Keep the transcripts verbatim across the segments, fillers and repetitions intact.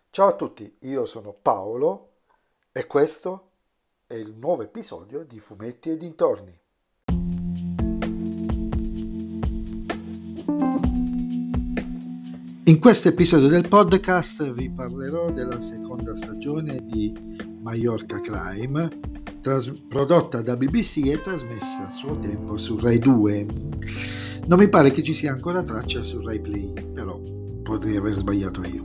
Ciao a tutti, io sono Paolo e questo è il nuovo episodio di Fumetti e dintorni. In questo episodio del podcast vi parlerò della seconda stagione di Mallorca Crime, tras- prodotta da B B C e trasmessa a suo tempo su Rai due. Non mi pare che ci sia ancora traccia su Rai Play, però potrei aver sbagliato io.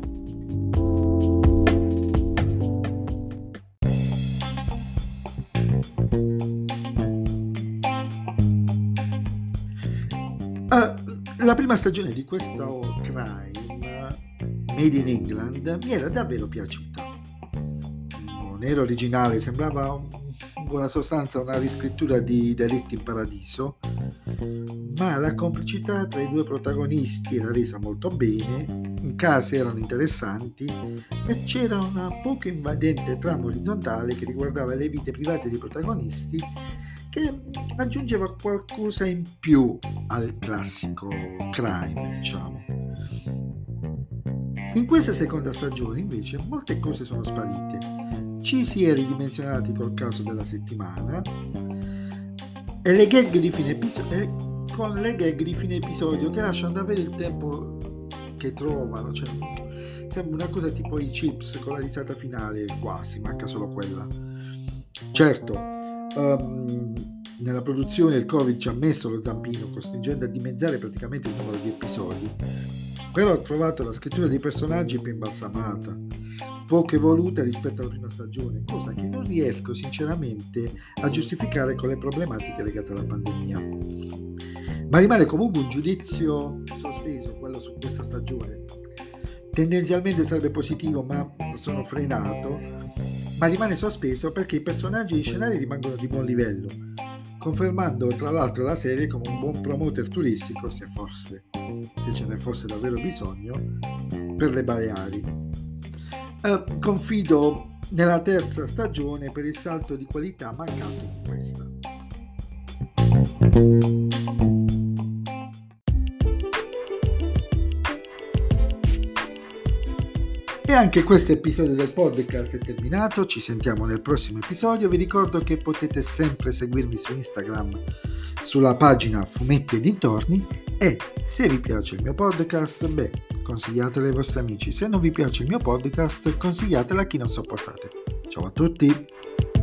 Uh, la prima stagione di questo crime Made in England mi era davvero piaciuta. Non era originale, sembrava in buona sostanza una riscrittura di Delitti in Paradiso, ma la complicità tra i due protagonisti era resa molto bene, i casi erano interessanti e c'era una poco invadente trama orizzontale che riguardava le vite private dei protagonisti, che aggiungeva qualcosa in più al classico crime, diciamo. In questa seconda stagione, invece, molte cose sono sparite. Ci si è ridimensionati col caso della settimana e le gag di fine episodio, con le gag di fine episodio che lasciano davvero il tempo che trovano, cioè sembra una cosa tipo i Chips con la risata finale, quasi, manca solo quella. Certo, um, nella produzione il Covid ci ha messo lo zampino, costringendo a dimezzare praticamente il numero di episodi, però ho trovato la scrittura dei personaggi più imbalsamata, poco evoluta rispetto alla prima stagione, cosa che non riesco sinceramente a giustificare con le problematiche legate alla pandemia. Ma rimane comunque un giudizio sospeso quello su questa stagione. Tendenzialmente sarebbe positivo, ma sono frenato, ma rimane sospeso perché i personaggi e gli scenari rimangono di buon livello, confermando tra l'altro la serie come un buon promoter turistico, se forse, se ce ne fosse davvero bisogno, per le Baleari. Eh, confido nella terza stagione per il salto di qualità mancato in questa. E anche questo episodio del podcast è terminato, ci sentiamo nel prossimo episodio. Vi ricordo che potete sempre seguirmi su Instagram sulla pagina Fumetti e dintorni, e se vi piace il mio podcast, beh, consigliatelo ai vostri amici. Se non vi piace il mio podcast, consigliatelo a chi non sopportate. Ciao a tutti!